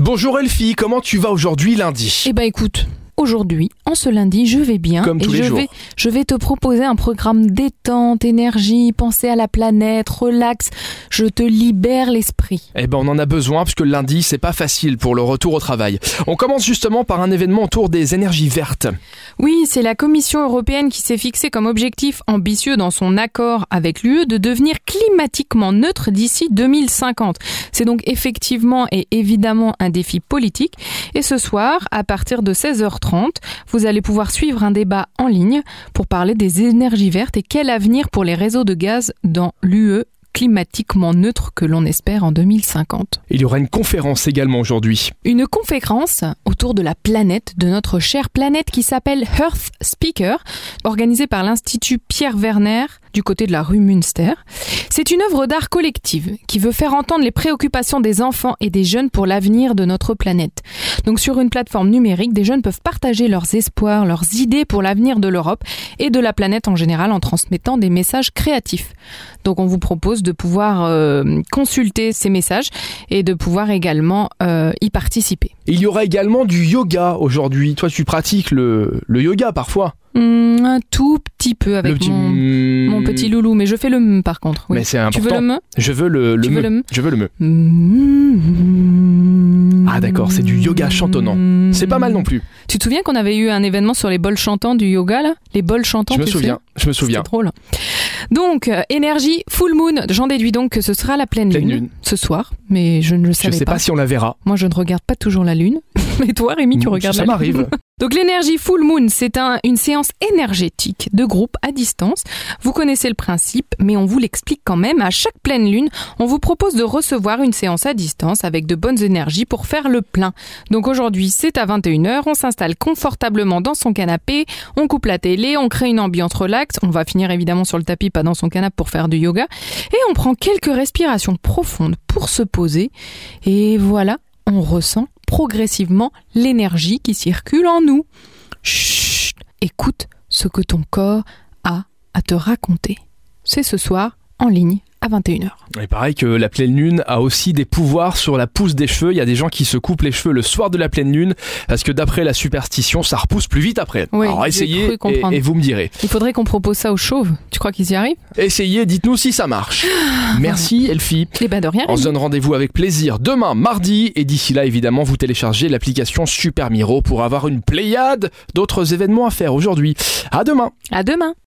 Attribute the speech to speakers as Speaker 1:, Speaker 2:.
Speaker 1: Bonjour Elfie, comment tu vas aujourd'hui lundi ?
Speaker 2: Eh ben écoute, aujourd'hui, en ce lundi, je vais bien.
Speaker 1: Comme tous les jours.
Speaker 2: Je vais te proposer un programme détente, énergie, penser à la planète, relax. Je te libère l'esprit.
Speaker 1: Eh ben on en a besoin parce que le lundi, c'est pas facile pour le retour au travail. On commence justement par un événement autour des énergies vertes.
Speaker 2: Oui, c'est la Commission européenne qui s'est fixé comme objectif ambitieux dans son accord avec l'UE de devenir climatiquement neutre d'ici 2050. C'est donc effectivement et évidemment un défi politique. Et ce soir, à partir de 16h30, vous allez pouvoir suivre un débat en ligne pour parler des énergies vertes et quel avenir pour les réseaux de gaz dans l'UE climatiquement neutre que l'on espère en 2050.
Speaker 1: Il y aura une conférence également aujourd'hui.
Speaker 2: Une conférence autour de la planète, de notre chère planète qui s'appelle Earth Speaker, organisée par l'Institut Pierre Werner du côté de la rue Münster. C'est une œuvre d'art collective qui veut faire entendre les préoccupations des enfants et des jeunes pour l'avenir de notre planète. Donc sur une plateforme numérique, des jeunes peuvent partager leurs espoirs, leurs idées pour l'avenir de l'Europe et de la planète en général en transmettant des messages créatifs. Donc on vous propose de pouvoir consulter ces messages et de pouvoir également y participer.
Speaker 1: Il y aura également du yoga aujourd'hui. Toi, tu pratiques le yoga parfois ?
Speaker 2: Un tout petit peu avec mon petit loulou, mais je fais le m par contre. Oui.
Speaker 1: Mais c'est important.
Speaker 2: Tu veux le m ?
Speaker 1: Je veux le
Speaker 2: Tu veux le m ?
Speaker 1: Je veux le me. Ah d'accord, c'est du yoga chantonnant. C'est pas mal non plus.
Speaker 2: Tu te souviens qu'on avait eu un événement sur les bols chantants du yoga là ? Les bols chantants,
Speaker 1: Je me souviens.
Speaker 2: C'était drôle. Donc, énergie, full moon. J'en déduis donc que ce sera la pleine lune ce soir, mais je ne le savais pas.
Speaker 1: Je sais pas si on la verra.
Speaker 2: Moi, je ne regarde pas toujours la lune. Mais toi, Rémi, tu regardes la lune.
Speaker 1: Ça m'arrive.
Speaker 2: Donc l'énergie full moon, c'est une séance énergétique de groupe à distance. Vous connaissez le principe, mais on vous l'explique quand même. À chaque pleine lune, on vous propose de recevoir une séance à distance avec de bonnes énergies pour faire le plein. Donc aujourd'hui, c'est à 21h, on s'installe confortablement dans son canapé, on coupe la télé, on crée une ambiance relax, on va finir évidemment sur le tapis, pas dans son canapé pour faire du yoga, et on prend quelques respirations profondes pour se poser, et voilà, on ressent progressivement l'énergie qui circule en nous. Chut, écoute ce que ton corps a à te raconter. C'est ce soir, en ligne, à 21h.
Speaker 1: Il paraît que la pleine lune a aussi des pouvoirs sur la pousse des cheveux. Il y a des gens qui se coupent les cheveux le soir de la pleine lune parce que d'après la superstition, ça repousse plus vite après.
Speaker 2: Oui,
Speaker 1: alors essayez et vous me direz.
Speaker 2: Il faudrait qu'on propose ça aux chauves. Tu crois qu'ils y arrivent ?
Speaker 1: Essayez, dites-nous si ça marche. Merci Elfie.
Speaker 2: Eh ben de rien.
Speaker 1: On se donne rendez-vous avec plaisir demain, mardi. Et d'ici là, évidemment, vous téléchargez l'application Super Miro pour avoir une pléiade d'autres événements à faire aujourd'hui. À demain.
Speaker 2: À demain.